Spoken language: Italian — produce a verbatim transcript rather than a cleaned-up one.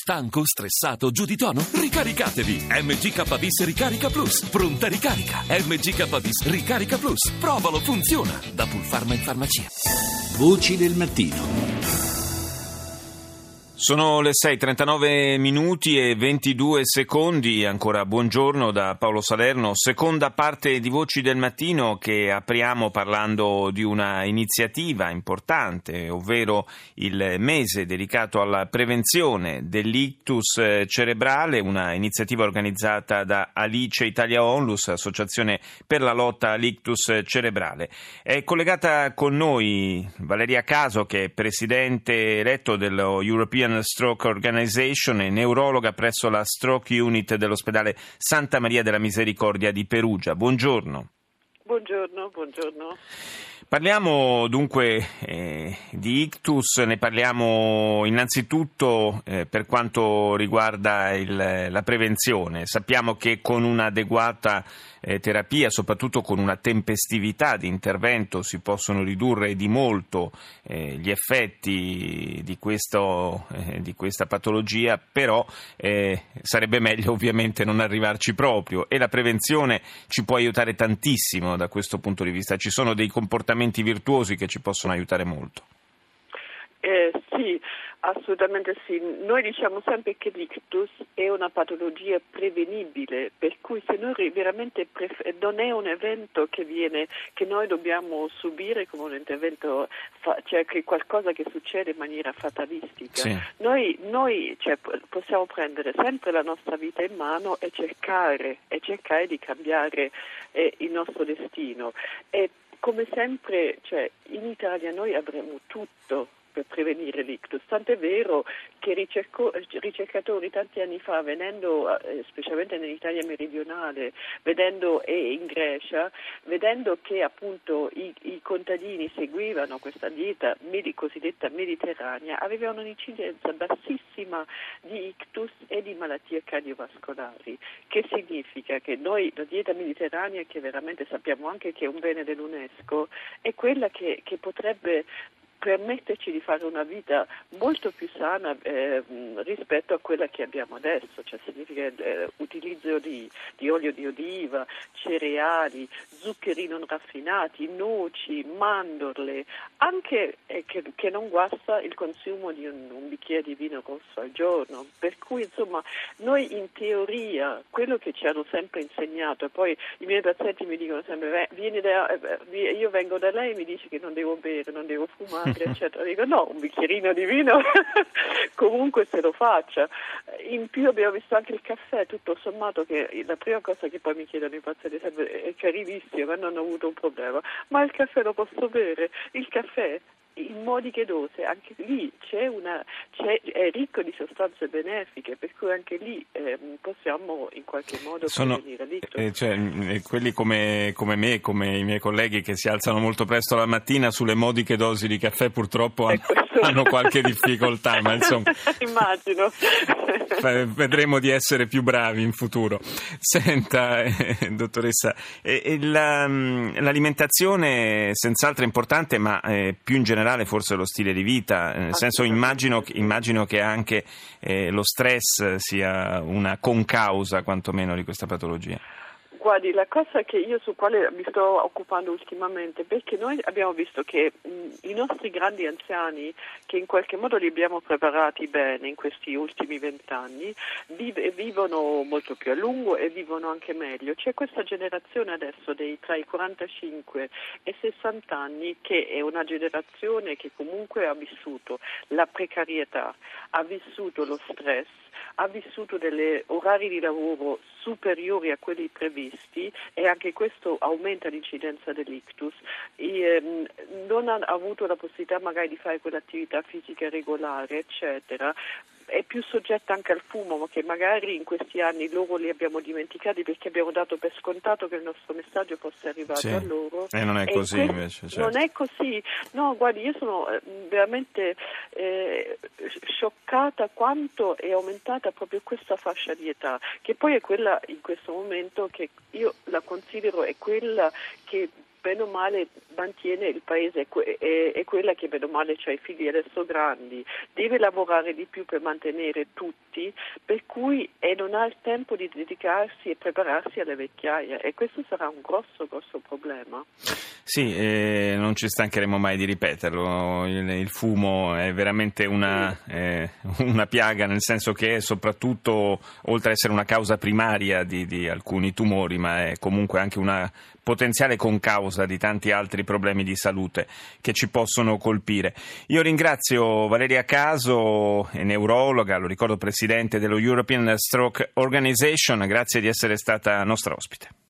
Stanco, stressato, giù di tono? Ricaricatevi! M G K Vis Ricarica Plus. Pronta ricarica. M G K Vis Ricarica Plus. Provalo, funziona. Da Pulpharma in farmacia. Voci del mattino. Sono le sei e trentanove minuti e ventidue secondi, ancora buongiorno da Paolo Salerno, seconda parte di Voci del Mattino che apriamo parlando di una iniziativa importante, ovvero il mese dedicato alla prevenzione dell'ictus cerebrale, una iniziativa organizzata da Alice Italia Onlus, associazione per la lotta all'ictus cerebrale. È collegata con noi Valeria Caso, che è presidente eletto dello European Stroke Organization e neurologa presso la Stroke Unit dell'ospedale Santa Maria della Misericordia di Perugia. Buongiorno. Buongiorno, buongiorno. Parliamo dunque eh, di ictus, ne parliamo innanzitutto eh, per quanto riguarda il, la prevenzione. Sappiamo che con un'adeguata eh, terapia, soprattutto con una tempestività di intervento, si possono ridurre di molto eh, gli effetti di, questo, eh, di questa patologia, però eh, sarebbe meglio ovviamente non arrivarci proprio, e la prevenzione ci può aiutare tantissimo da questo punto di vista. Ci sono dei comportamenti virtuosi che ci possono aiutare molto. Eh, sì, assolutamente sì. Noi diciamo sempre che l'ictus è una patologia prevenibile, per cui se noi veramente pref- non è un evento che viene, che noi dobbiamo subire come un intervento, fa- cioè che qualcosa che succede in maniera fatalistica. Sì. Noi, noi cioè, possiamo prendere sempre la nostra vita in mano e cercare, e cercare di cambiare eh, il nostro destino. E come sempre, cioè, in Italia noi avremo tutto per prevenire l'ictus, tant'è vero che ricerco, ricercatori tanti anni fa, venendo eh, specialmente nell'Italia meridionale, vedendo e in Grecia, vedendo che appunto i, i contadini seguivano questa dieta medi, cosiddetta mediterranea, avevano un'incidenza bassissima di ictus e di malattie cardiovascolari, che significa che noi la dieta mediterranea, che veramente sappiamo anche che è un bene dell'UNESCO, è quella che, che potrebbe permetterci di fare una vita molto più sana eh, rispetto a quella che abbiamo adesso, cioè significa eh, utilizzo di, di olio di oliva, cereali, zuccheri non raffinati, noci, mandorle, anche eh, che, che non guasta il consumo di un, un bicchiere di vino rosso al giorno, per cui insomma noi in teoria quello che ci hanno sempre insegnato, e poi i miei pazienti mi dicono sempre vieni da, eh, io vengo da lei e mi dice che non devo bere, non devo fumare, eccetera. Dico no, un bicchierino di vino comunque se lo faccia. In più abbiamo visto anche il caffè, tutto sommato, che la prima cosa che poi mi chiedono i pazienti sempre è carinissimo, ma non ho avuto un problema, ma il caffè lo posso bere? Il caffè in modiche dose, anche lì c'è una, c'è, è ricco di sostanze benefiche, per cui anche lì eh, possiamo in qualche modo Sono, prevenire l'ictus. Eh, cioè, quelli come, come me, come i miei colleghi che si alzano molto presto la mattina sulle modiche dosi di caffè purtroppo hanno, hanno qualche difficoltà, ma insomma immagino. Vedremo di essere più bravi in futuro. Senta, eh, dottoressa, eh, eh, la, l'alimentazione senz'altro è importante, ma eh, più in generale forse lo stile di vita, nel senso immagino, immagino che anche eh, lo stress sia una concausa quantomeno di questa patologia. Guardi, la cosa che io su quale mi sto occupando ultimamente, perché noi abbiamo visto che mh, i nostri grandi anziani, che in qualche modo li abbiamo preparati bene in questi ultimi vent'anni, vive, vivono molto più a lungo e vivono anche meglio. C'è questa generazione adesso dei tra i quarantacinque e sessanta anni che è una generazione che comunque ha vissuto la precarietà, ha vissuto lo stress, ha vissuto degli orari di lavoro superiori a quelli previsti, e anche questo aumenta l'incidenza dell'ictus, e, ehm, non ha avuto la possibilità magari di fare quell'attività fisica regolare, eccetera. È più soggetta anche al fumo, ma che magari in questi anni loro li abbiamo dimenticati perché abbiamo dato per scontato che il nostro messaggio fosse arrivato sì. a loro. E non è così questo, invece. Certo. Non è così. No, guardi, io sono eh, veramente eh, scioccata quanto è aumentata proprio questa fascia di età, che poi è quella in questo momento che io la considero è quella che bene o male mantiene il paese, è, è quella che bene o male ha i figli adesso grandi, deve lavorare di più per mantenere tutti, per cui e non ha il tempo di dedicarsi e prepararsi alle vecchiaie, e questo sarà un grosso grosso problema. Sì, eh, non ci stancheremo mai di ripeterlo, il, il fumo è veramente una, eh, una piaga, nel senso che è soprattutto, oltre ad essere una causa primaria di, di alcuni tumori, ma è comunque anche una potenziale concausa di tanti altri problemi di salute che ci possono colpire. Io ringrazio Valeria Caso, neurologa, lo ricordo presidente dello European Stroke Organization, grazie di essere stata nostra ospite.